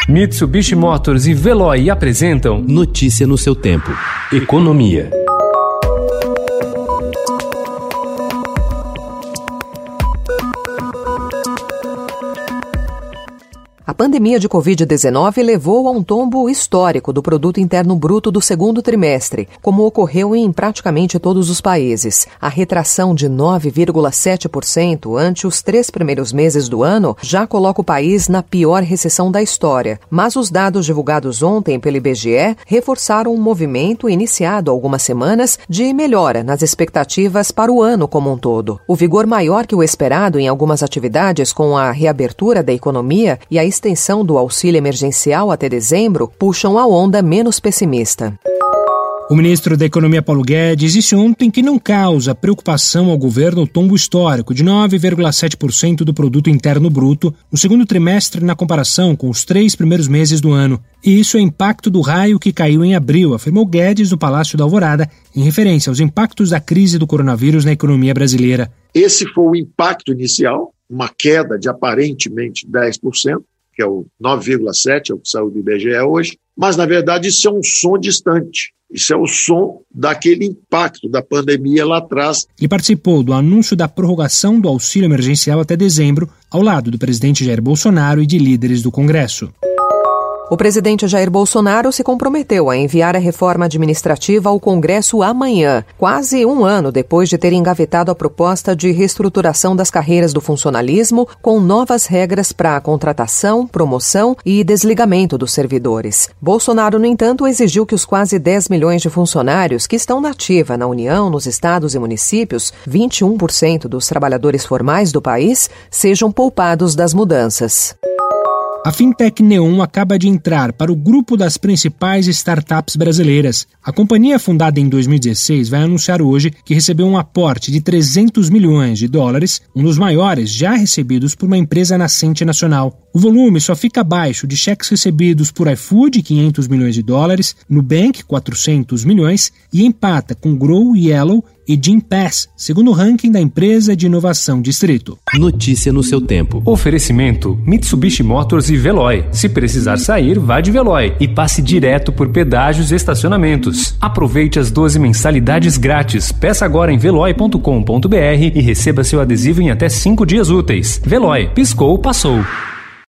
Mitsubishi Motors e Veloy apresentam Notícia no seu tempo. Economia. A pandemia de Covid-19 levou a um tombo histórico do Produto Interno Bruto do segundo trimestre, como ocorreu em praticamente todos os países. A retração de 9,7% ante os 3 primeiros meses do ano já coloca o país na pior recessão da história. Mas os dados divulgados ontem pelo IBGE reforçaram um movimento iniciado há algumas semanas de melhora nas expectativas para o ano como um todo. O vigor maior que o esperado em algumas atividades com a reabertura da economia e a extensão do auxílio emergencial até dezembro puxam a onda menos pessimista. O ministro da Economia, Paulo Guedes, disse ontem que não causa preocupação ao governo o tombo histórico de 9,7% do Produto Interno Bruto no segundo trimestre na comparação com os 3 primeiros meses do ano. E isso é impacto do raio que caiu em abril, afirmou Guedes no Palácio da Alvorada, em referência aos impactos da crise do coronavírus na economia brasileira. Esse foi o impacto inicial, uma queda de aparentemente 10%, que é o 9,7%, é o que saiu do IBGE hoje, mas, na verdade, isso é um som distante. Isso é o som daquele impacto da pandemia lá atrás. Ele participou do anúncio da prorrogação do auxílio emergencial até dezembro, ao lado do presidente Jair Bolsonaro e de líderes do Congresso. O presidente Jair Bolsonaro se comprometeu a enviar a reforma administrativa ao Congresso amanhã, quase um ano depois de ter engavetado a proposta de reestruturação das carreiras do funcionalismo com novas regras para a contratação, promoção e desligamento dos servidores. Bolsonaro, no entanto, exigiu que os quase 10 milhões de funcionários que estão na ativa na União, nos estados e municípios, 21% dos trabalhadores formais do país, sejam poupados das mudanças. A fintech Neon acaba de entrar para o grupo das principais startups brasileiras. A companhia, fundada em 2016, vai anunciar hoje que recebeu um aporte de 300 milhões de dólares, um dos maiores já recebidos por uma empresa nascente nacional. O volume só fica abaixo de cheques recebidos por iFood, 500 milhões de dólares, Nubank, 400 milhões, e empata com Grow, Yellow e Gympass, segundo o ranking da empresa de inovação Distrito. Notícia no seu tempo. Oferecimento Mitsubishi Motors e Veloy. Se precisar sair, vá de Veloy e passe direto por pedágios e estacionamentos. Aproveite as 12 mensalidades grátis. Peça agora em veloy.com.br e receba seu adesivo em até 5 dias úteis. Veloy. Piscou, passou.